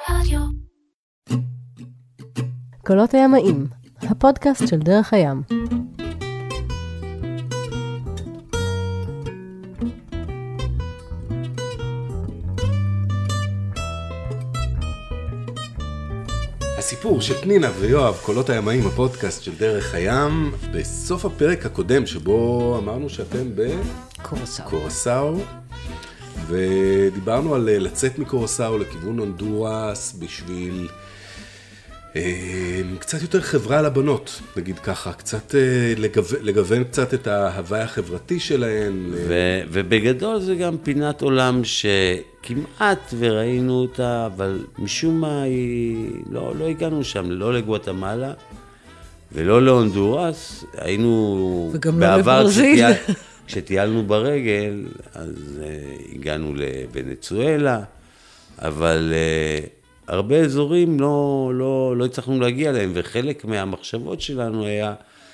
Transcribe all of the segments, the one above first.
רדיו. קולות הימאים, הפודקאסט של דרך הים. הסיפור של פנינה ויואב, קולות הימאים, הפודקאסט של דרך הים, בסוף הפרק הקודם שבו אמרנו שאתם בקורסאו, ודיברנו על לצאת מקורסאו לכיוון הונדורס בשביל קצת יותר חברה לבנות, נגיד ככה, קצת לגוון קצת את ההוואי החברתי שלהן. ובגדול זה גם פינת עולם שכמעט וראינו אותה, אבל משום מה לא הגענו שם, לא לגואטמלה ולא להונדורס. היינו בעבר כשטיילנו ברגל, אז הגענו לוונצואלה, אבל הרבה אזורים לא הצלחנו להגיע להם, וחלק מהמחשבות שלנו היה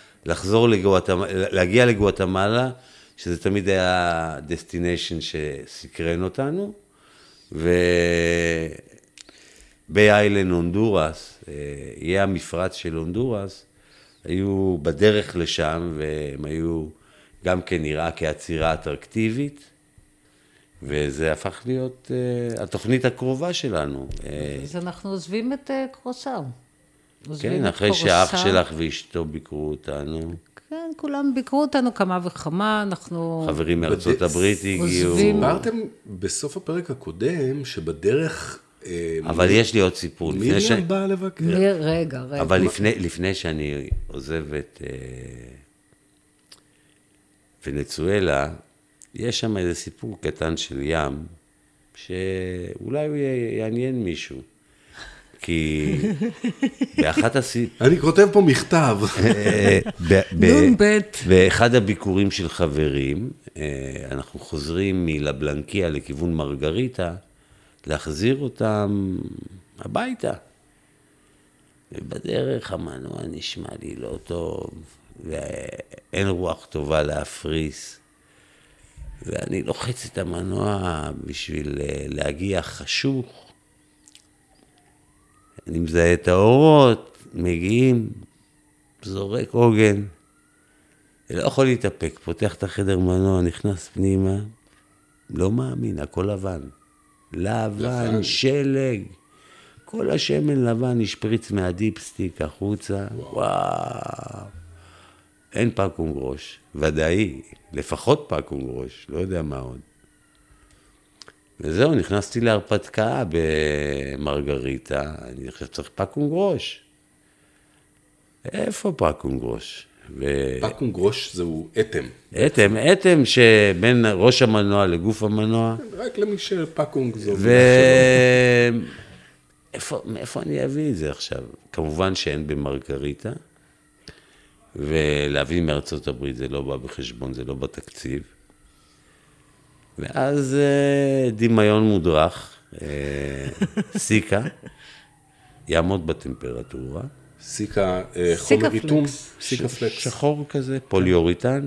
להגיע לגואטמלה, שזה תמיד היה דסטיניישן שסקרן אותנו, ובאיילנד הונדורס, יהיה המפרץ של הונדורס, היו בדרך לשם, והם היו גם כן נראה כעצירה אטרקטיבית, וזה הפך להיות התוכנית הקרובה שלנו. אז אנחנו עוזבים את קורסאו. כן, אחרי שאח שלך ואשתו ביקרו אותנו. כן, כולם ביקרו אותנו כמה וכמה, אנחנו חברים מארצות הברית הגיעו. דיברתם בסוף הפרק הקודם שבדרך אבל יש לי עוד סיפור. מיריאם באה לבקר. רגע. אבל לפני שאני עוזב את ונצואלה, יש שם איזה סיפור קטן של ים, שאולי הוא יעניין מישהו. כי באחת אני כותב פה מכתב. באחד הביקורים של חברים, אנחנו חוזרים מלבלנקיה לכיוון מרגריטה, להחזיר אותם הביתה. ובדרך המנוע נשמע לי לא טוב, ואין רוח טובה להפריס. ואני לוחץ את המנוע בשביל להגיע חשוך. אני מזהה את האורות, מגיעים, זורק עוגן. לא יכול להתאפק, פותח את החדר מנוע, נכנס פנימה. לא מאמין, הכל לבן. לבן, שלג. כל השמן לבן נשפריץ מהדיפסטיק החוצה. וואו. אין פאקום גרוש, ודאי, לפחות פאקום גרוש, לא יודע מה עוד. וזהו, נכנסתי להרפתקה במרגריטה, אני חושב שצריך פאקום גרוש. איפה פאקום גרוש? פאקום גרוש זהו אתם. אתם שבין ראש המנוע לגוף המנוע. רק למי שפאקום זו. מאיפה אני אביא את זה עכשיו? כמובן שאין במרגריטה. ולהביא מארצות הברית זה לא בא בחשבון, זה לא בתקציב. ואז דמיון מודרך, סיקה, יעמוד בטמפרטורה. סיקה, חומר ריתום. סיקה פלקס. שחור כזה, פוליוריטן.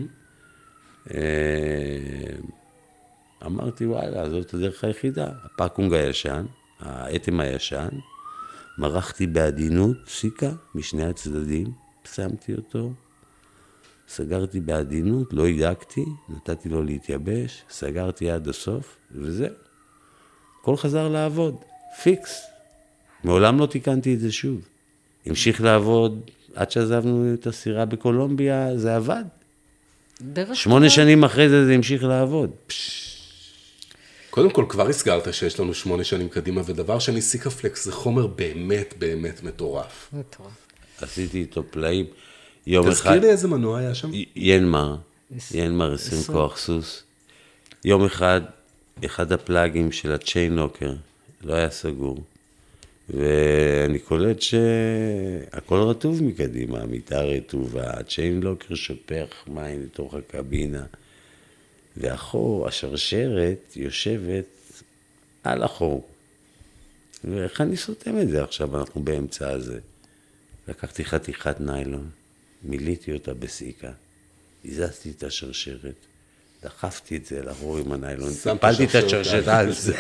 אמרתי, וואלה, זאת הדרך היחידה. הפאקונג הישן, האטם הישן, מרחתי בעדינות סיקה משני הצדדים. שמתי אותו, סגרתי בעדינות, לא הגעתי, נתתי לו להתייבש, סגרתי עד הסוף, וזה. הכל חזר לעבוד, פיקס. מעולם לא תיקנתי את זה שוב. המשיך לעבוד, עד שעזבנו את הסירה בקולומביה, זה עבד. 8 שנים אחרי זה המשיך לעבוד. קודם כל, כבר הסגרת שיש לנו 8 שנים קדימה, ודבר שני, סיקה פלקס זה חומר באמת מטורף. עשיתי איתו פלאים. יום אחד... תזכיר לי איזה מנוע היה שם? ינמר 20 כוח סוס. יום אחד הפלאגים של הצ'יין לוקר לא היה סגור. ואני קולט שהכל רטוב מקדימה, המיטה רטובה, הצ'יין לוקר שופך מים לתוך הקבינה. והחור, השרשרת, יושבת על החור. ואיך אני סותם את זה עכשיו? אנחנו באמצע הזה. לקחתי חתיכת ניילון, מיליתי אותה בסיקה, הזזתי את השרשרת, דחפתי את זה לחור עם הניילון, הפלתי את השרשתה על זה,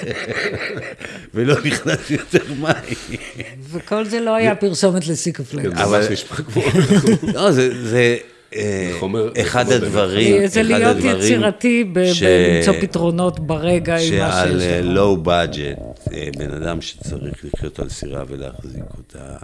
ולא נכנס יותר מים. וכל זה לא היה פרסומת לסיקפלקס. אבל נשמע כמו... לא, זה אחד הדברים... זה להיות יצירתי בלמצוא פתרונות ברגע עם מה שיש. שעל לואו בדג'ט, בן אדם שצריך לחיות על סירה ולהחזיק אותה,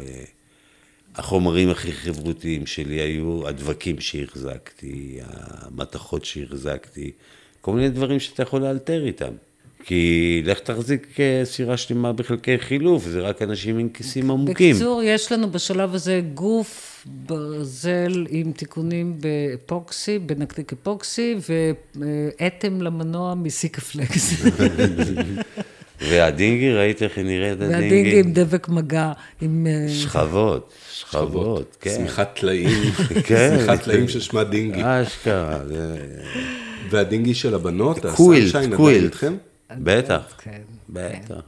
החומרים הכי חברותיים שלי היו הדבקים שהחזקתי, המתכות שהחזקתי, כל מיני דברים שאתה יכול לאלתר איתם. כי לך תחזיק סירה שלמה בחלקי חילוף, זה רק אנשים עם כיסים עמוקים. בקיצור, יש לנו בשלב הזה גוף ברזל עם תיקונים באפוקסי, בנקליק אפוקסי, ואתם למנוע מסיקפלקס. והדינגי, ראית איך היא נראית הדינגי? והדינגי עם דבק מגע, עם... שכבות, כן. שמיכת טלאים, שמיכת טלאים ששמה דינגי. אשכרה. והדינגי של הבנות, קווילט. איתכם? בטח, בטח.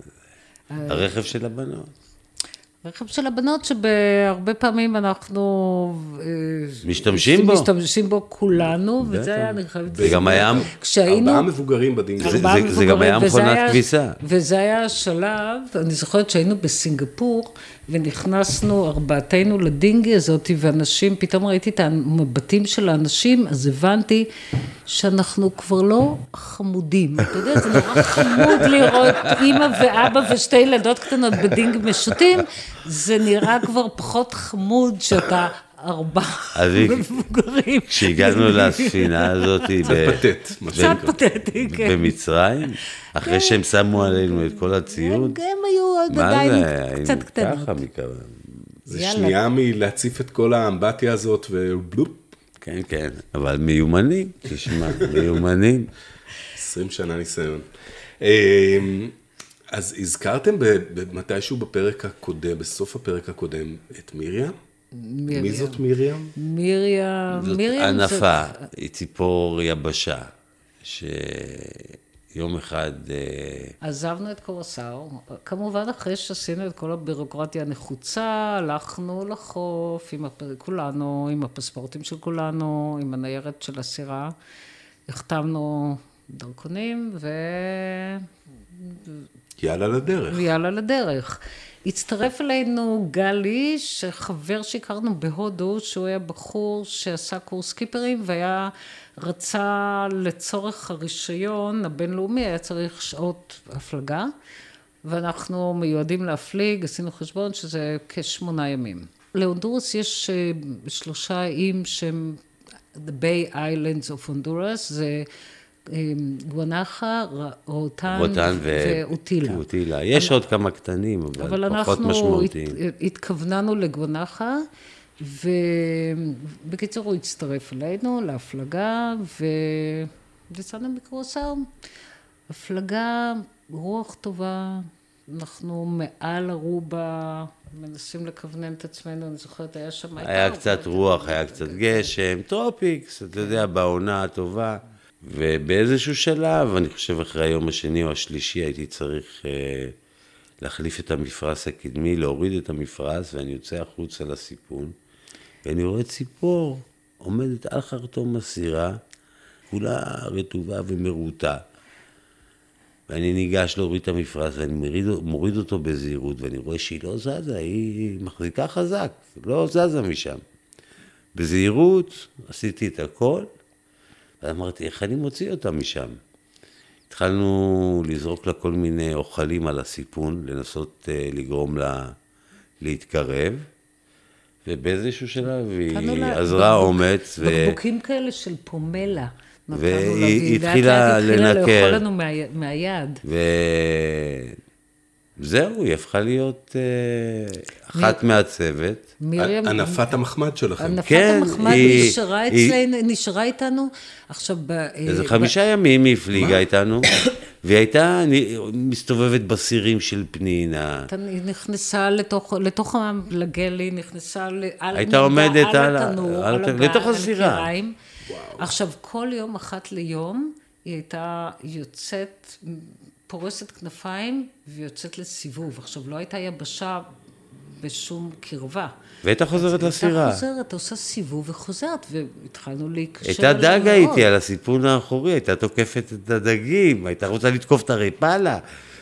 הרכב של הבנות. רכב של הבנות שבהרבה פעמים אנחנו... משתמשים בו. משתמשים בו כולנו, וזה היה, אני חייבת... זה גם היה... 4 מבוגרים בדינגי. זה גם היה מכונת כביסה. וזה היה השלב, אני זוכרת שהיינו בסינגפור, ונכנסנו 4 לדינגי הזאת, ואנשים, פתאום ראיתי את המבטים של האנשים, אז הבנתי שאנחנו כבר לא חמודים. אתה יודע, זה נורא חמוד לראות אמא ואבא ושתי ילדות קטנות בדינגי משוטים, זה נראה כבר פחות חמוד שאתה 4 מבוגרים. כשהגענו לספינה הזאת, קצת פתטי, כן. במצרים, אחרי שהם שמו עלינו את כל הציוד. הם היו עדיין קצת קטנות. זה שנייה מלהציף את כל האמבטיה הזאת ובלופ. כן, כן, אבל מיומנים, תשמע, מיומנים. 20 שנה ניסיון. אז הזכרתם מתישהו בפרק הקודם, בסוף הפרק הקודם, את מיריאם? מי זאת מיריאם? מיריאם זאת ענפה, היא ציפור יבשה, שיום אחד... עזבנו את קורסאו, כמובן אחרי שעשינו את כל הבירוקרטיה הנחוצה, הלכנו לחוף עם כולנו, עם הפספורטים של כולנו, עם הניירת של הסירה, החתמנו דרכונים יאללה לדרך. הצטרף אלינו גלי, שחבר שהכרנו בהודו, שהוא היה בחור שעשה קורס קיפרים, והיה רצה לצורך הרישיון הבינלאומי, היה צריך שעות הפלגה, ואנחנו מיועדים להפליג, עשינו חשבון שזה כ8 ימים. להונדורס יש 3 איים שהם The Bay Islands of Honduras, זה גואנחה, רוטן ואוטילה. יש עוד כמה קטנים, אבל פחות משמעותיים. אבל אנחנו התכווננו לגואנחה, ובקיצור הוא הצטרף אלינו להפלגה, ויצאנו מקורסאו. הפלגה, רוח טובה, אנחנו מעל הרובה, מנסים לכוונן את עצמנו, אני זוכרת, היה שם... היה קצת רוח, היה קצת גשם, טרופיקס, אתה יודע, בעונה הטובה. ובאיזשהו שלב, אני חושב אחרי היום השני או השלישי, הייתי צריך להחליף את המפרס הקדמי, להוריד את המפרס, ואני יוצא החוצה לסיפון, ואני רואה ציפור עומדת על חרטום הסירה, כולה רטובה ומרוטה. ואני ניגש להוריד את המפרס, ואני מוריד אותו בזהירות, ואני רואה שהיא לא זזה, היא מחזיקה חזק, לא זזה משם. בזהירות עשיתי את הכל, ואמרתי, איך אני מוציא אותה משם? התחלנו לזרוק לה כל מיני אוכלים על הסיפון, לנסות לגרום לה להתקרב, ובאיזשהו שלב היא עזרה אומץ. בקבוקים כאלה של פומלה. והיא התחילה לנקר. לאכול לנו מהיד. וזהו, היא הפכה להיות אחת מהצוות. ענפת המחמד שלכם. ענפת המחמד נשארה איתנו. עכשיו... איזה 5 ימים היא הפליגה איתנו, והיא הייתה מסתובבת בסירים של פנינה. היא נכנסה לתוך לגלי, נכנסה הייתה עומדת לתוך הסירה. עכשיו, כל יום, אחת ליום, היא הייתה יוצאת, פורסת כנפיים, ויוצאת לסיבוב. עכשיו, לא הייתה יבשה בשום קרבה. והייתה חוזרת לסירה. הייתה חוזרת, עושה סיבוב וחוזרת, והתחלנו להיקשר. הייתה דגה איתי על הסיפון האחורי, הייתה תוקפת את הדגים, הייתה רוצה לתקוף את הרפאלה.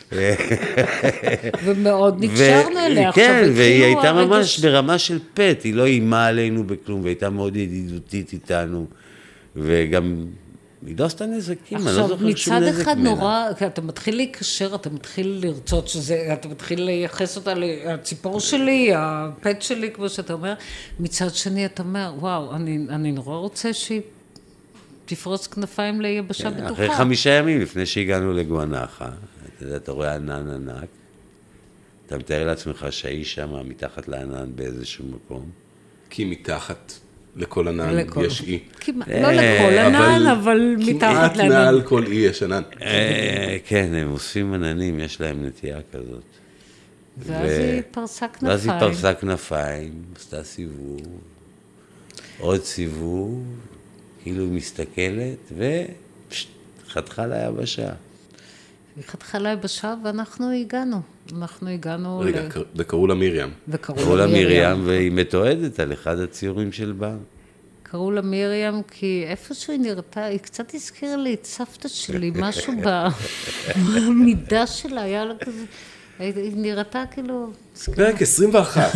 ומאוד נקשרנו אליה. כן, והיא הייתה ממש ברמה של פט, היא לא אימה עלינו בכלום, והייתה מאוד ידידותית איתנו, וגם היא לא עשתה נזקים, אני לא זוכר שום נזק ממנה. מצד אחד נורא, אתה מתחיל להיקשר, אתה מתחיל לרצות שזה, אתה מתחיל לייחס אותה לציפור שלי, הפט שלי, כמו שאתה אומר, מצד שני אתה אומר, וואו, אני נורא רוצה שהיא תפרוץ כנפיים ליבשה בטוחה. אחרי 5 ימים לפני שהגענו לגואנחה, אתה רואה ענן ענק, אתה מתאר לעצמך שהאיש שם מתחת לענן באיזשהו מקום. כי מתחת לכל ענן יש אי. לא לכל ענן, אבל מתחת לענן. כמעט מעל כל אי יש ענן. כן, הם אוספים עננים, יש להם נטייה כזאת. ואז היא פרסה כנפיים. ואז היא פרסה כנפיים, עשתה סיבוב, עוד סיבוב, כאילו היא מסתכלת, וחתכה ליבשה. היא חתכה ליבשה ואנחנו הגענו. רגע, וקראו לה מרים. קראו לה מרים, והיא מתועדת על אחד הציורים של בר. קראו לה מרים כי איפשהו היא נראתה, היא קצת הזכירה לי את סבתא שלי, משהו במידה שלה, היה לה כזה, היא נראתה כאילו... פרק 21.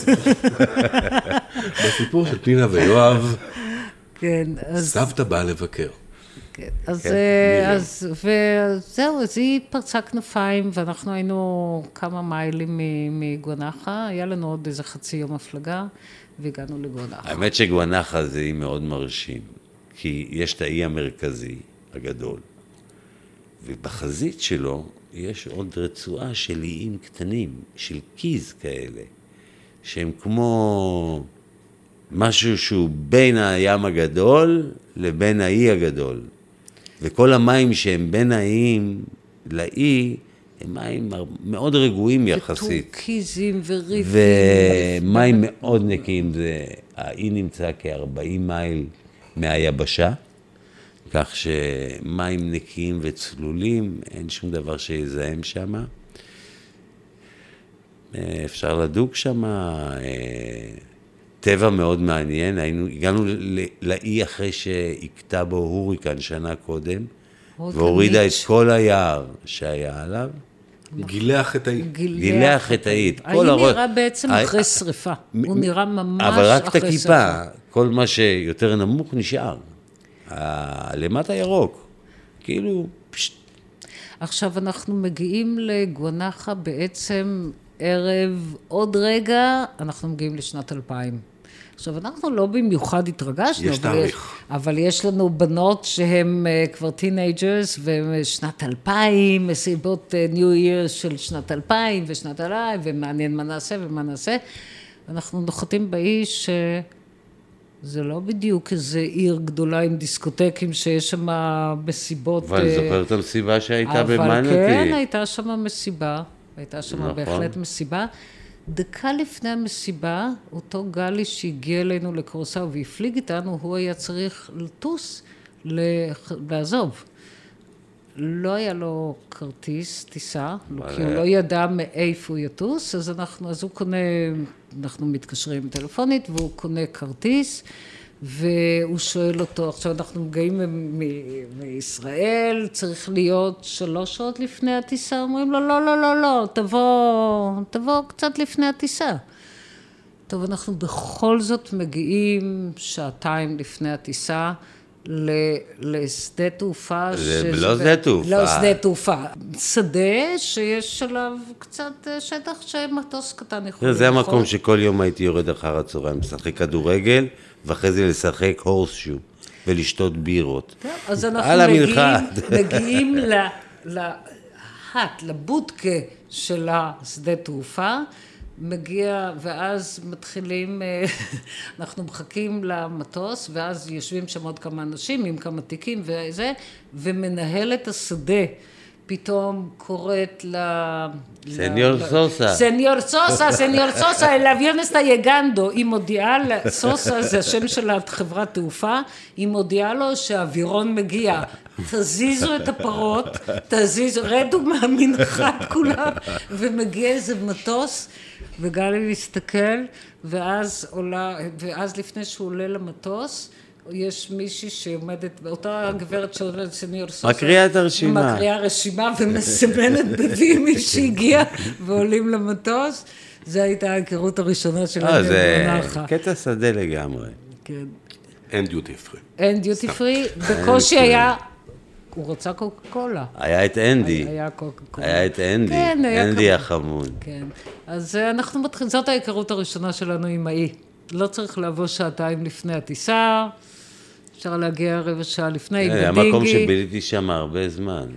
בסיפור של פנינה ויואב, סבתא באה לבקר. כן, אז וזהו, אז היא פרצה כנפיים, ואנחנו היינו כמה מיילים מגואנחה, היה לנו עוד איזה חצי יום הפלגה, והגענו לגואנחה. האמת שגואנחה זה אי מאוד מרשים, כי יש את האי המרכזי הגדול, ובחזית שלו יש עוד רצועה של איים קטנים, של קיז כאלה, שהם כמו משהו שהוא בין הים הגדול לבין האי הגדול. וכל המים שהם בין האיים לאי, הם מים מאוד רגועים יחסית. וטורקיזים וריבים. ומים מאוד נקיים, האי נמצא כ-40 מייל מהיבשה, כך שמים נקיים וצלולים, אין שום דבר שיזהם שם. אפשר לדוג שם, טבע מאוד מעניין, הגענו לאי אחרי שהקטע בו הוריקן שנה קודם, והורידה את כל היער שהיה עליו. גילח את האי. גילח את האי. האי נראה בעצם אחרי שריפה, הוא נראה ממש אחרי שריפה. אבל רק את הכיפה, כל מה שיותר נמוך נשאר. למטה ירוק, כאילו פשט. עכשיו אנחנו מגיעים לגואנחה בעצם ערב, עוד רגע, אנחנו מגיעים לשנת 2000. עכשיו, אנחנו לא במיוחד התרגשנו, יש תאריך. אבל יש לנו בנות שהן כבר טינג'רס, ושנת 2000, מסיבות ניו ייר של שנת 2000 ושנת 2000, ומעניין מה נעשה ומה נעשה. אנחנו נוחתים באיש שזה לא בדיוק איזה עיר גדולה עם דיסקוטקים שיש שם מסיבות. אבל זוכר את המסיבה שהייתה במנתי. אבל כן, הייתה שם מסיבה. הייתה שם בהחלט מסיבה. דקה לפני המסיבה, אותו גלי שהגיע אלינו לקורסאו והפליג איתנו, הוא היה צריך לטוס, לעזוב. לא היה לו כרטיס טיסה, כי הוא לא ידע מאיפה הוא יטוס, אז הוא קונה, אנחנו מתקשרים טלפונית, והוא קונה כרטיס, והוא שואל אותו, עכשיו אנחנו מגיעים מישראל, צריך להיות 3 שעות לפני הטיסה, אומרים לו, לא, תבוא קצת לפני הטיסה. טוב, אנחנו בכל זאת מגיעים 2 לפני הטיסה, לשדה תעופה. לא שדה תעופה. לא שדה תעופה. שדה שיש עליו קצת שטח שמטוס קטן יכול. זה המקום שכל יום הייתי יורד אחר הצהריים, לשחק כדורגל, ואחרי זה לשחק הורסשו, ולשתות בירות. אז אנחנו מגיעים לבודקה של השדה תעופה, מגיע, ואז מתחילים, אנחנו מחכים למטוס, ואז יושבים שם עוד כמה אנשים עם כמה תיקים וזה, ומנהל את השדה פתאום קוראת סניור סוסה. סניור סוסה, el avión está llegando. היא מודיעה, סוסה זה השם של חברת תעופה, היא מודיעה לו שהאווירון מגיע. תזיזו את הפרות, רדו מהמנחת כולם, ומגיע איזה מטוס, וגלי מסתכל, ואז לפני שהוא עולה למטוס, יש מישהי שעומדת, אותה גברת שעומדת סניור סוסה, מקריאה את הרשימה. מקריאה רשימה ומסמנת בבי מי שהגיע ועולים למטוס. זו הייתה ההיכרות הראשונה שלנו. זה קטע שדה לגמרי. כן. אין דיוטי פרי. אין דיוטי פרי, בקושי היה, הוא רצה קוקה קולה. היה את אנדי. היה קוקה קולה. היה את אנדי. כן, היה אנדי החמוד. כן. אז אנחנו מתחילים, זאת ההיכרות הראשונה שלנו עם האי. לא צריך לבוא שעתיים לפני הטיסה, אפשר להגיע רבע שעה לפני, בדינגי. המקום שביליתי שם הרבה זמן.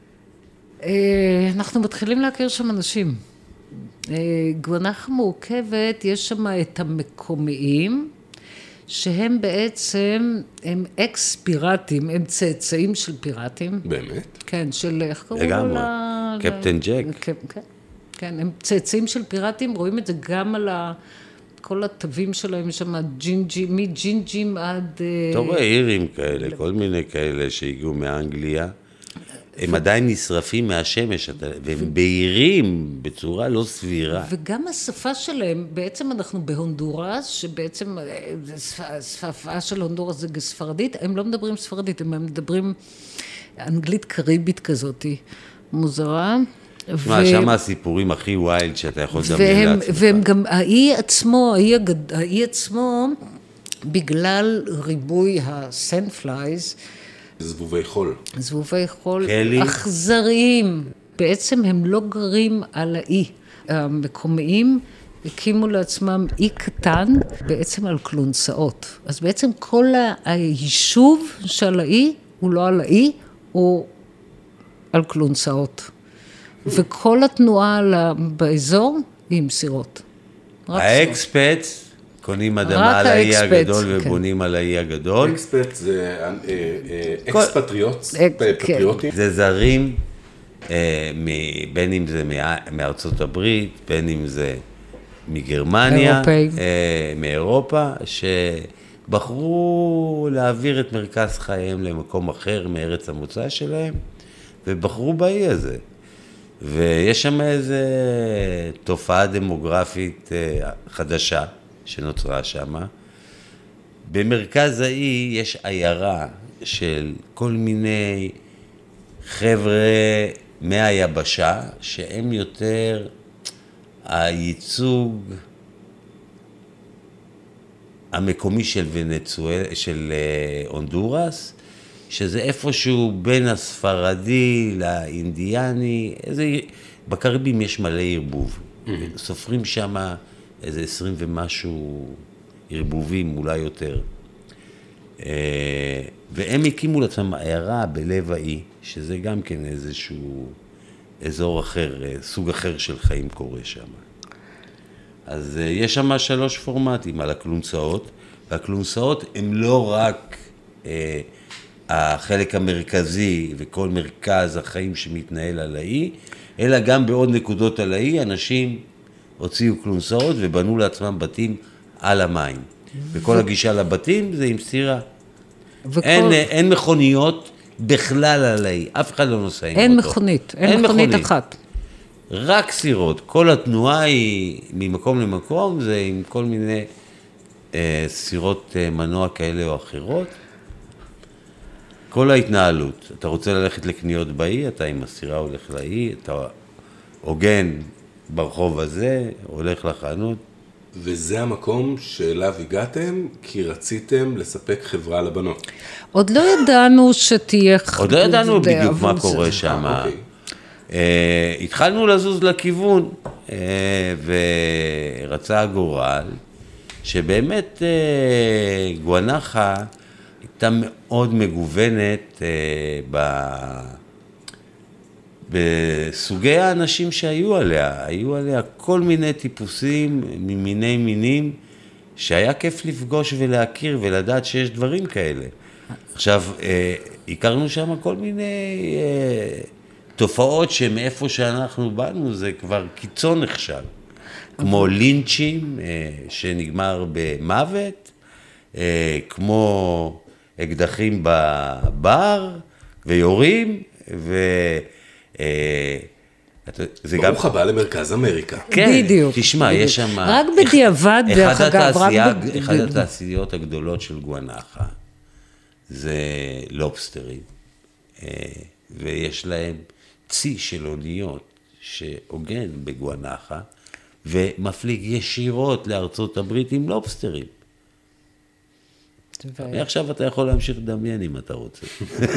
אנחנו מתחילים להכיר שם אנשים. גואנחה מורכבת, יש שם את המקומיים, שהם בעצם, הם אקס פיראטים, הם צאצאים של פיראטים. באמת? כן, של, איך קראו לו? לגמרי, קפטן ג'ק. כן, הם צאצאים של פיראטים, רואים את זה גם על כל התווים שלהם שם, מג'ינג'ים עד... אתה רואה אירים כאלה, כל מיני כאלה שהגיעו מאנגליה, הם עדיין נשרפים מהשמש, והם בהירים בצורה לא סבירה. וגם השפה שלהם, בעצם אנחנו בהונדורס, שבעצם השפה של הונדורס זה ספרדית, הם לא מדברים ספרדית, הם מדברים אנגלית קריבית כזאת, מוזרה. שם הסיפורים הכי ווילד שאתה יכול לדמיין לעצמך. והם גם, האי עצמו, בגלל ריבוי הסנפלייז, זבובי חול. זבובי חול אכזריים. בעצם הם לא גרים על האי. המקומיים הקימו לעצמם אי קטן, בעצם על קלונסאות. אז בעצם כל היישוב של האי, הוא לא על האי, הוא על קלונסאות. וכל התנועה באזור היא עם סירות. האקספטס קונים אדמה על האי הגדול ובונים על האי הגדול. אקספט זה אקספטריוטים. זה זרים, בין אם זה מארצות הברית, בין אם זה מגרמניה, מאירופה, שבחרו להעביר את מרכז חייהם למקום אחר מארץ המוצא שלהם, ובחרו באי הזה. ויש שם איזו תופעה דמוגרפית חדשה שנוצרה שם. במרכז האי יש עיירה של כל מיני חבר'ה מהיבשה, שהם יותר הייצוג המקומי של הונדורס, שזה איפשהו בין הספרדי לאינדיאני, בקריבים יש מלא ערבוב. סופרים שם איזה 20 ומשהו ערבובים, אולי יותר. והם הקימו לעצמם עיירה בלב האי, שזה גם כן איזשהו אזור אחר, סוג אחר של חיים קורה שם. אז יש שם 3 פורמטים על הקלונסאות, והקלונסאות הם לא רק החלק המרכזי וכל מרכז החיים שמתנהל על האי, אלא גם בעוד נקודות על האי, אנשים הוציאו קלונסאות ובנו לעצמם בתים על המים. וכל הגישה לבתים זה עם סירה. אין מכוניות בכלל על האי, אף אחד לא נוסע עם אותו. אין מכונית אחת. רק סירות, כל התנועה היא ממקום למקום, זה עם כל מיני סירות מנוע כאלה או אחרות. כל ההתנהלות, אתה רוצה ללכת לקניות באי, אתה עם הסירה הולך לאי, אתה עוגן ברחוב הזה, הולך לחנות. וזה המקום שאליו הגעתם, כי רציתם לספק חברה לבנות. עוד לא ידענו שתהיה... עוד לא ידענו בדיוק מה קורה שם. התחלנו לזוז לכיוון, ורצה הגורל, שבאמת גואנחה הייתה מאוד מגוונת בסוגי האנשים שהיו עליה. היו עליה כל מיני טיפוסים ממיני מינים, שהיה כיף לפגוש ולהכיר ולדעת שיש דברים כאלה. עכשיו, הכרנו שם כל מיני תופעות שמאיפה שאנחנו באנו זה כבר קיצון נחשב. כמו לינצ'ים שנגמר במוות, כמו אקדחים בבר ויורים, ברוך הבא למרכז אמריקה. כן, בדיוק. תשמע, יש שם... רק בדיעבד, דרך אגב, אחד התעשיות הגדולות של גואנחה, זה לובסטרים, ויש להם צי של אוניות שהוגן בגואנחה, ומפליג ישירות לארצות הברית עם לובסטרים. עכשיו אתה יכול להמשיך לדמיין אם אתה רוצה.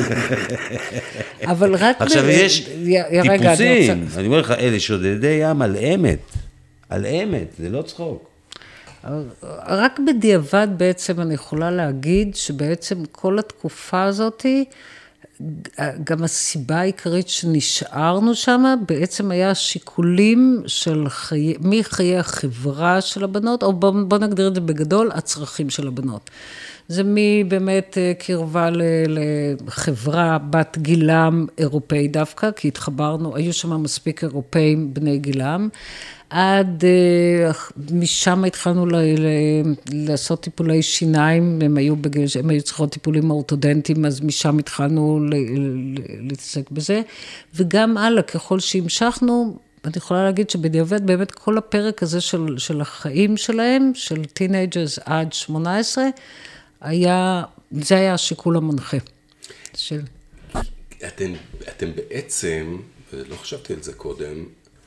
אבל רק... עכשיו יש טיפוסים, אני אומר לך, אלה שודדי ים על אמת, זה לא צחוק. רק בדיעבד בעצם אני יכולה להגיד שבעצם כל התקופה הזאת, גם הסיבה העיקרית שנשארנו שם, בעצם היה שיקולים של מחיי החברה של הבנות, או בוא נגדיר את זה בגדול, הצרכים של הבנות. זה באמת קרבה לחברה בת גילם אירופאי דווקא, כי התחברנו, היו שם מספיק אירופאים בני גילם, עד משם התחלנו לעשות טיפולי שיניים, הם היו צריכות טיפולים אורתודנטיים, אז משם התחלנו להתעסק בזה, וגם הלאה, ככל שהמשכנו, אני יכולה להגיד שבדיעבד באמת כל הפרק הזה של החיים שלהם, של טינג'רס עד 18, זה היה השיקול המנחה. אתם בעצם, ולא חשבתי על זה קודם,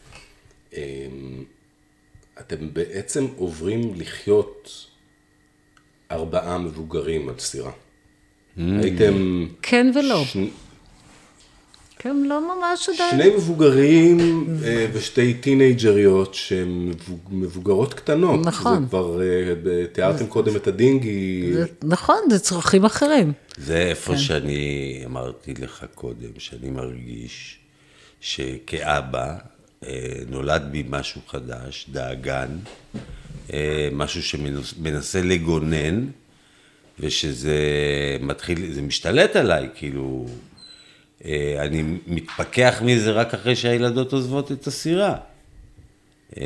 אתם בעצם עוברים לחיות 4 מבוגרים על סירה. הייתם... כן ולא. כן, לא ממש עדיין. 2 מבוגרים ושתי טינג'ריות שהן מבוגרות קטנות. נכון. זה כבר, תיארתם קודם את הדינגי. נכון, זה צרכים אחרים. זה איפה שאני אמרתי לך קודם, שאני מרגיש שכאבא נולד בי משהו חדש, דאגן, משהו שמנסה לגונן, ושזה מתחיל, זה משתלט עליי, כאילו... אני מתפקח מזה רק אחרי שהילדות עוזבות את הסירה. אני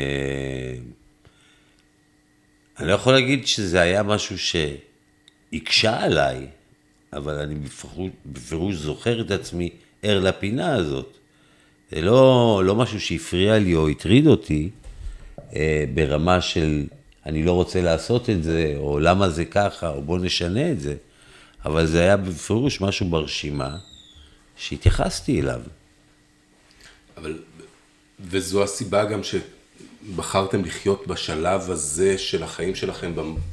לא יכול להגיד שזה היה משהו שהקשה עליי, אבל אני בפירוש זוכר את עצמי ער לפינה הזאת. זה לא משהו שהפריע לי או הטריד אותי, ברמה של אני לא רוצה לעשות את זה, או למה זה ככה, או בוא נשנה את זה, אבל זה היה בפירוש משהו ברשימה, שהתייחסתי אליו. וזו הסיבה גם שבחרתם לחיות בשלב הזה של החיים שלכם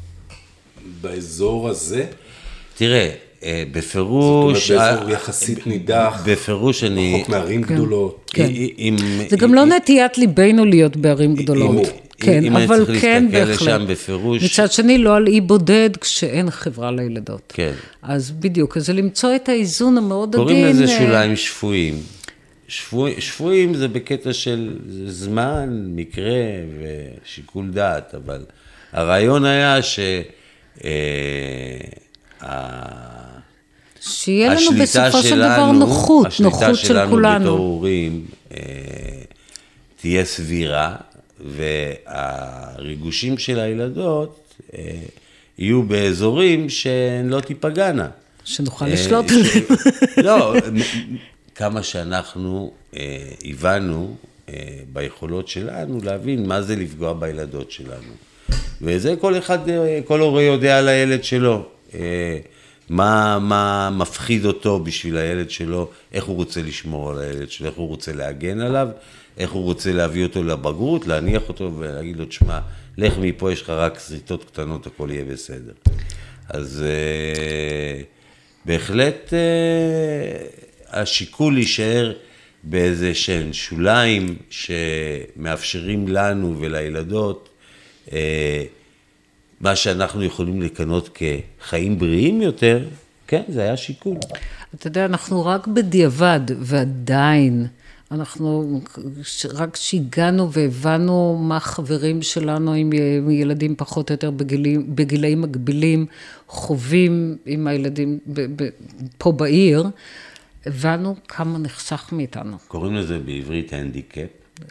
באזור הזה? תראה, בפירוש... זאת אומרת, באזור יחסית נידח, בפירוש אני... רחוק מערים גדולות. כן. זה גם לא נטיית ליבנו להיות בערים גדולות. כן, אבל כן בהחלט. מצד שני, לא על אי בודד כשאין חברה לילדות. כן. אז בדיוק, אז למצוא את האיזון המאוד עדין. קוראים לזה שוליים שפויים. שפויים זה בקטע של זמן, מקרה ושיקול דעת, אבל הרעיון היה שיהיה לנו בסופו של דבר נוחות, נוחות של כולנו. השליטה שלנו בתור הורים תהיה סבירה, והריגושים של הילדות יהיו באזורים שהן לא תיפגענה. שנוכל לשלוט עליהם. לא, כמה שאנחנו הבנו ביכולות שלנו להבין מה זה לפגוע בילדות שלנו. וזה כל הורה יודע על הילד שלו. מה מפחיד אותו בשביל הילד שלו, איך הוא רוצה לשמור על הילד שלו, איך הוא רוצה להגן עליו, איך הוא רוצה להביא אותו לבגרות, להניח אותו ולהגיד לו, תשמע, לך מפה, יש לך רק סריטות קטנות, הכל יהיה בסדר. אז בהחלט השיקול להישאר באיזה שהן שוליים שמאפשרים לנו ולילדות, מה שאנחנו יכולים לקנות כחיים בריאים יותר, כן, זה היה שיקול. אתה יודע, אנחנו רק בדיעבד, ועדיין, אנחנו רק שהגענו והבנו מה חברים שלנו עם ילדים פחות או יותר בגילאים מקבילים, חווים עם הילדים פה בעיר, הבנו כמה נחסך מאיתנו. קוראים לזה בעברית הנדיקאפ.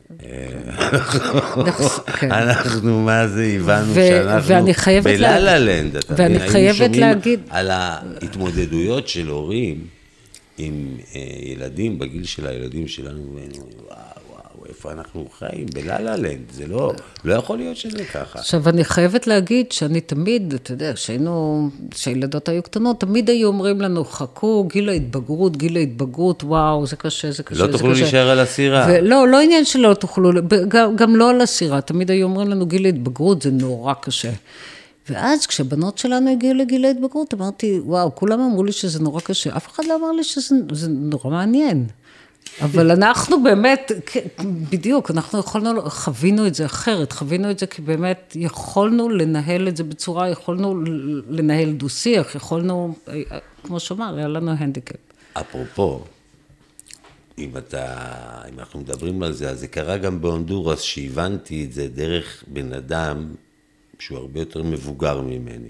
אנחנו מה זה הבנו שאנחנו בללה-לנד. ואני חייבת להגיד... על ההתמודדויות של הורים עם ילדים בגיל של הילדים שלנו, וואו, איפה אנחנו חיים? בללה-לנד, זה לא יכול להיות שזה ככה. עכשיו, אני חייבת להגיד שאני תמיד, אתה יודע, שהילדות היו קטנות, תמיד היו אומרים לנו, חכו, גיל ההתבגרות, וואו, זה קשה, זה קשה. לא תוכלו להישאר על הסירה. לא עניין שלא תוכלו, גם לא על הסירה, תמיד היו אומרים לנו, גיל ההתבגרות זה נורא קשה. ואז כשבנות שלנו הגיעו לגיל ההתבגרות, אמרתי, וואו, כולם אמרו לי שזה נורא קשה, אף אחד לא אמר לי שזה נורא מעניין. אבל אנחנו באמת, בדיוק, אנחנו חווינו את זה אחרת, חווינו את זה כי באמת יכולנו לנהל את זה בצורה, יכולנו לנהל דו-שיח, יכולנו, כמו שאמר, היה לנו הנדיקאפ. אפרופו, אם אנחנו מדברים על זה, אז זה קרה גם בהונדורס, שהבנתי את זה דרך בן אדם, שהוא הרבה יותר מבוגר ממני.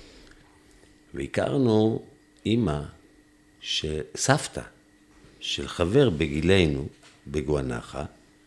והכרנו אמא, סבתא, של חבר בגילנו, בגואנחה,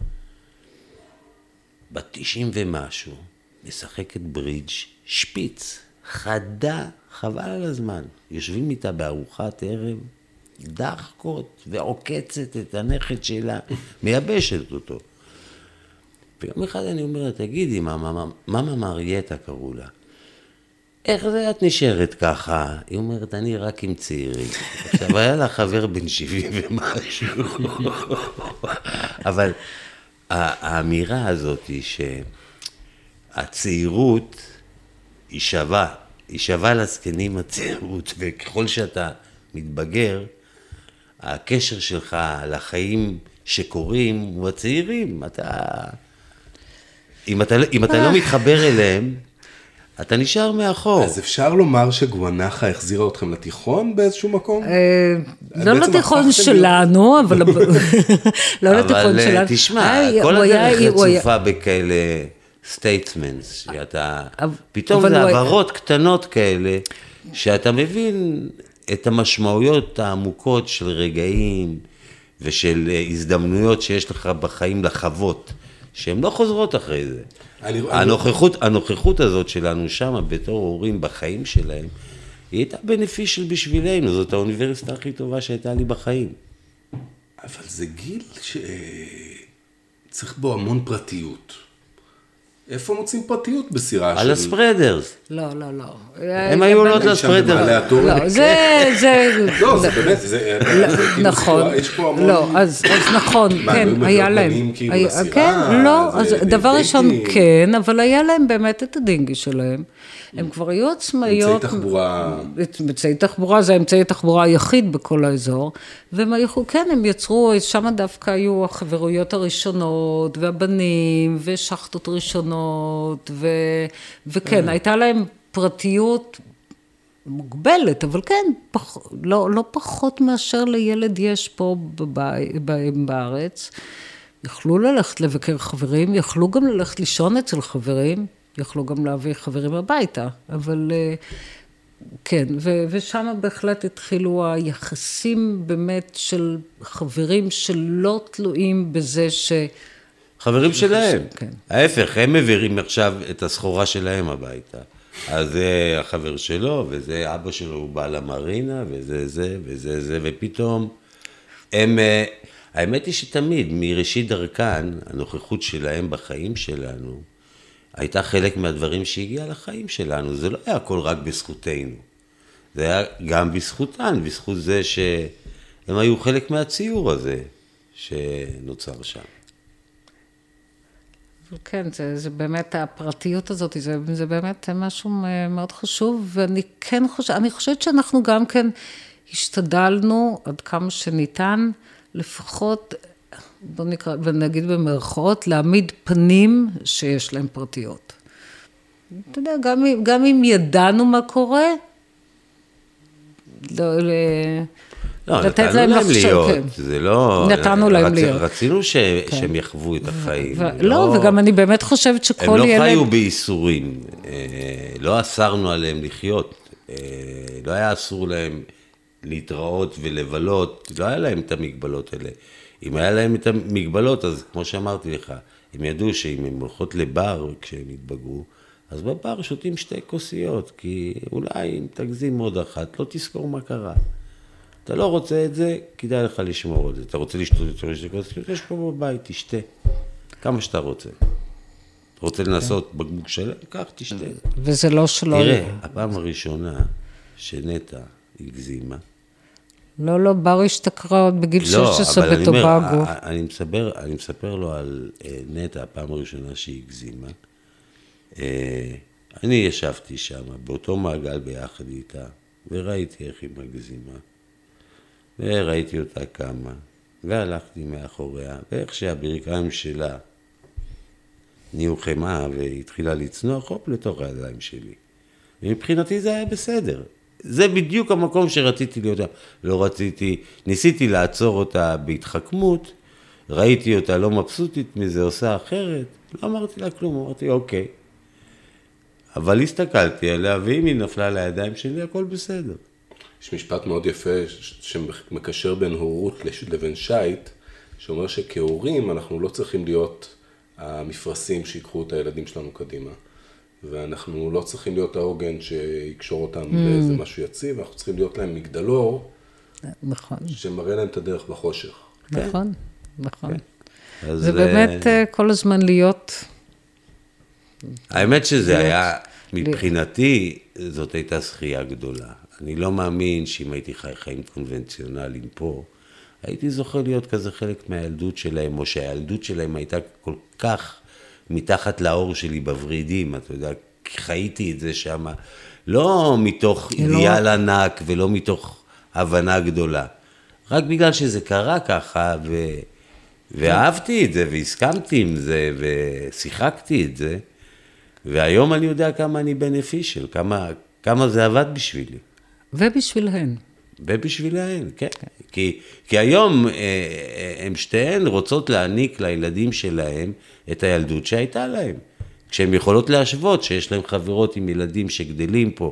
בת 90 ומשהו, משחקת ברידג' שפיץ, חדה, חבל על הזמן. יושבים איתה בארוחת ערב, דחקות ועוקצת את הנכד שלה, מייבשת אותו. ויום אחד אני אומר, תגידי, מאמה מרייטה קראו לה. איך זה את נשארת ככה? היא אומרת, אני רק עם צעירים. עכשיו, היה לה חבר בן 70 ומשהו. אבל האמירה הזאת היא שהצעירות היא שווה לזקנים הצעירות, וככל שאתה מתבגר, הקשר שלך לחיים שקורים הוא הצעירים. אם אתה לא מתחבר אליהם, אתה נשאר מאחור. אז אפשר לומר שגואנחה החזירה אתכם לתיכון באיזשהו מקום? לא לתיכון שלנו, אבל... לא לתיכון שלנו. אבל תשמע, כל הדרך רצופה בכאלה סטייטמנטס, שאתה... פתאום זה עברות קטנות כאלה, שאתה מבין את המשמעויות העמוקות של רגעים, ושל הזדמנויות שיש לך בחיים לחוות, שהן לא חוזרות אחרי זה. הנוכחות הזאת שלנו שם, בתור הורים בחיים שלהם, היא הייתה בנפישל בשבילנו, זאת האוניברסיטה הכי טובה שהייתה לי בחיים. אבל זה גיל שצריך בו המון פרטיות. איפה מוצאים פרטיות בסירה של... על הספרדרס. לא. הם היו עולות לספרדרס. לא, זה... לא, זה באמת, זה... נכון. יש פה המון... לא, אז נכון, כן, היה להם. כן, לא, אז דבר ראשון כן, אבל היה להם באמת את הדינגי שלהם. הם כבר היו עצמאיות... אמצעי תחבורה, זה אמצעי תחבורה היחיד בכל האזור, והם יצרו, שם דווקא היו החברויות הראשונות, והבנים, ושחטות ראשונות, וכן, הייתה להם פרטיות מוגבלת, אבל כן, לא פחות מאשר לילד יש פה בארץ, יכלו ללכת לבקר חברים, יכלו גם ללכת לישון אצל חברים, יכלו גם להביא חברים הביתה, אבל כן, ושם בהחלט התחילו היחסים באמת של חברים שלא תלויים בזה חברים שלהם. כן. ההפך, הם מעבירים עכשיו את הסחורה שלהם הביתה. אז זה החבר שלו, וזה אבא שלו, הוא בא למרינה, וזה, ופתאום האמת היא שתמיד, מראשית דרכן, הנוכחות שלהם בחיים שלנו, הייתה חלק מהדברים שהגיע לחיים שלנו. זה לא היה הכל רק בזכותנו. זה היה גם בזכותן, בזכות זה שהם היו חלק מהציור הזה שנוצר שם. כן, זה באמת, הפרטיות הזאת, זה באמת משהו מאוד חשוב, ואני כן חושבת שאנחנו גם כן השתדלנו עד כמה שניתן, לפחות, בוא נקרא, ונגיד במרכאות, להעמיד פנים שיש להם פרטיות. אתה יודע, גם אם ידענו מה קורה, נתנו להם להיות, זה לא... נתנו להם להיות. רצינו שהם יחוו את החיים. לא, וגם אני באמת חושבת שכל ילד... הם לא חיו בייסורים, לא אסרנו עליהם לחיות, לא היה אסור להם להתראות ולבלות, לא היה להם את המגבלות האלה. אם היה להם את המגבלות, אז כמו שאמרתי לך, הם ידעו שאם הם הולכות לבר כשהם התבגרו, אז בבר שותים 2 כוסיות, כי אולי אם תגזים עוד אחת, לא תזכור מה קרה. אתה לא רוצה את זה, כדאי לך לשמור את זה. אתה רוצה לשתות את 2 כוסיות, יש פה בבית, תשתה. כמה שאתה רוצה. אתה רוצה לנסות בקבוק שלם? קח, תשתה. וזה לא שלא... תראה, הפעם הראשונה שנטע הגזימה, לא, בר השתכרה עוד בגיל 16 בטובגו. אני מספר לו על נטע, הפעם הראשונה שהיא הגזימה. אני ישבתי שם, באותו מעגל ביחד איתה, וראיתי איך היא מגזימה. וראיתי אותה קמה, והלכתי מאחוריה, ואיך שהברכיים שלה נהיו חמה והתחילה לצנוח, הופ, לתוך הידיים שלי. ומבחינתי זה היה בסדר. זה בדיוק המקום שרציתי להיות. לא רציתי, ניסיתי לעצור אותה בהתחכמות, ראיתי אותה לא מבסוטית מזה, עושה אחרת, לא אמרתי לה כלום, אמרתי אוקיי. אבל הסתכלתי עליה, ואם היא נפלה לידיים שלי, הכל בסדר. יש משפט מאוד יפה שמקשר בין הורות לבין שייט, שאומר שכהורים אנחנו לא צריכים להיות המפרסים שיקחו את הילדים שלנו קדימה. ואנחנו לא צריכים להיות העוגן שיקשור אותם באיזה משהו יציב, אנחנו צריכים להיות להם מגדלור, נכון. שמראה להם את הדרך בחושך. נכון, נכון. זה באמת כל הזמן להיות... האמת שזה היה, מבחינתי, זאת הייתה זכייה גדולה. אני לא מאמין שאם הייתי חי חיים קונבנציונליים פה, הייתי זוכה להיות כזה חלק מהילדות שלהם, או שהילדות שלהם הייתה כל כך מתחת לאור שלי בוורידים, אתה יודע, חייתי את זה שם, לא מתוך אידיאל ענק ולא מתוך הבנה גדולה, רק בגלל שזה קרה ככה, ואהבתי את זה, והסכמתי עם זה, ושיחקתי את זה, והיום אני יודע כמה אני בנפישל, כמה זה עבד בשבילי. ובשבילהן. ובשבילהן, כן. כי היום הם שתיהן רוצות להעניק לילדים שלהם את הילדות שהייתה להם. כשהן יכולות להשוות, שיש להם חברות עם ילדים שגדלים פה,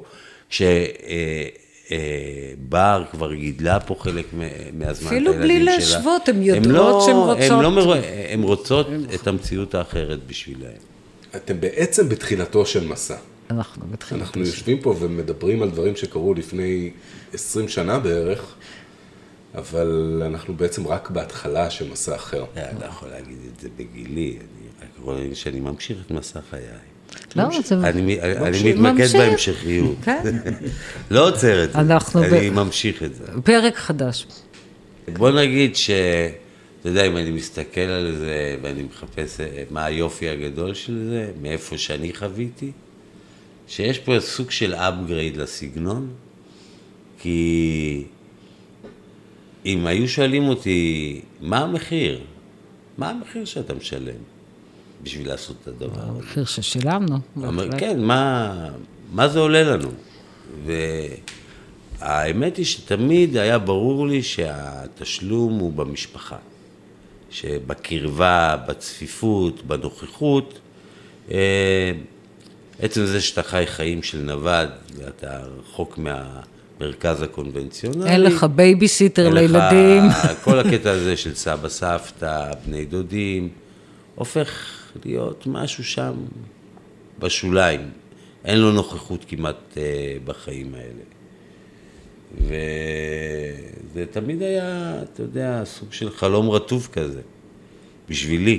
כשבר כבר גידלה פה חלק מהזמן את הילדים שלה. אפילו בלי להשוות, הן יודעות שהן רוצות. הן רוצות את המציאות האחרת בשבילהם. אתם בעצם בתחילתו של מסע. אנחנו יושבים פה ומדברים על דברים שקרו לפני 20 שנה בערך, אבל אנחנו בעצם רק בהתחלה של מסע אחר. אני לא יכול להגיד את זה בגילי, אני רואה שאני ממשיך את מסע חיי. אני מתמקד בהמשכיות. לא עוצר את זה, אני ממשיך את זה. פרק חדש. בוא נגיד ש... אתה יודע, אם אני מסתכל על זה ואני מחפש מה היופי הגדול של זה, מאיפה שאני חוויתי, שיש פה סוג של upgrade לסגנון, כי אם היו שואלים אותי, מה המחיר? מה המחיר שאתה משלם בשביל לעשות את הדבר הזה? המחיר ששילמנו. כן, מה זה עולה לנו? והאמת היא שתמיד היה ברור לי שהתשלום הוא במשפחה. שבקרבה, בצפיפות, בנוכחות, עצם זה שאתה חי חיים של נווד, ואתה רחוק מהמרכז הקונבנציונלי. אין לך בייביסיטר לילדים. כל הקטע הזה של סבא, סבתא, בני דודים, הופך להיות משהו שם בשוליים. אין לו נוכחות כמעט בחיים האלה. וזה תמיד היה, אתה יודע, סוג של חלום רטוב כזה, בשבילי.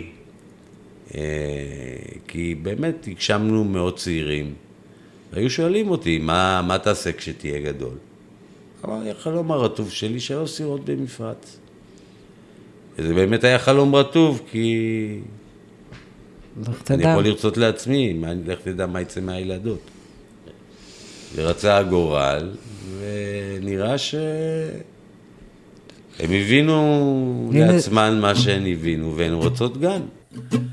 כי באמת הגשמנו מאוד צעירים, והיו שואלים אותי, מה תעשה כשתהיה גדול? אמרתי, החלום הרטוב שלי 3 סירות במפרץ. וזה באמת היה חלום רטוב, כי אני יכול לרצות לעצמי, לך תדע מה יצא מהילדות. ורצה הגורל, ונראה שהם הבינו לעצמן מה שהן הבינו, והן רוצות גם.